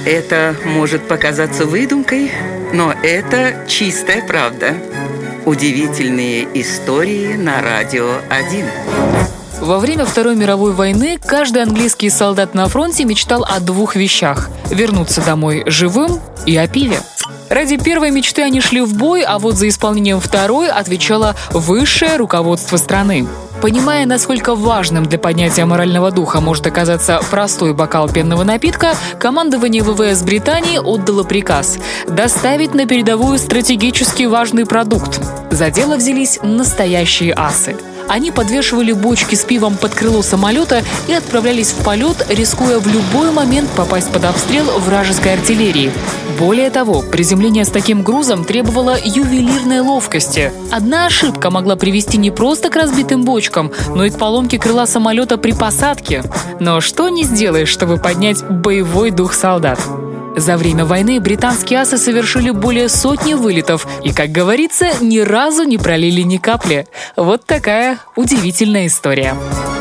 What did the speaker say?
Это может показаться выдумкой, но это чистая правда. Удивительные истории на Радио 1. Во время Второй мировой войны каждый английский солдат на фронте мечтал о двух вещах – вернуться домой живым и о пиве. Ради первой мечты они шли в бой, а вот за исполнением второй отвечало высшее руководство страны. Понимая, насколько важным для поднятия морального духа может оказаться простой бокал пенного напитка, командование ВВС Британии отдало приказ доставить на передовую стратегически важный продукт. За дело взялись настоящие асы. Они подвешивали бочки с пивом под крыло самолета и отправлялись в полет, рискуя в любой момент попасть под обстрел вражеской артиллерии. Более того, приземление с таким грузом требовало ювелирной ловкости. Одна ошибка могла привести не просто к разбитым бочкам, но и к поломке крыла самолета при посадке. Но что не сделаешь, чтобы поднять боевой дух солдат? За время войны британские асы совершили более сотни вылетов и, как говорится, ни разу не пролили ни капли. Вот такая удивительная история.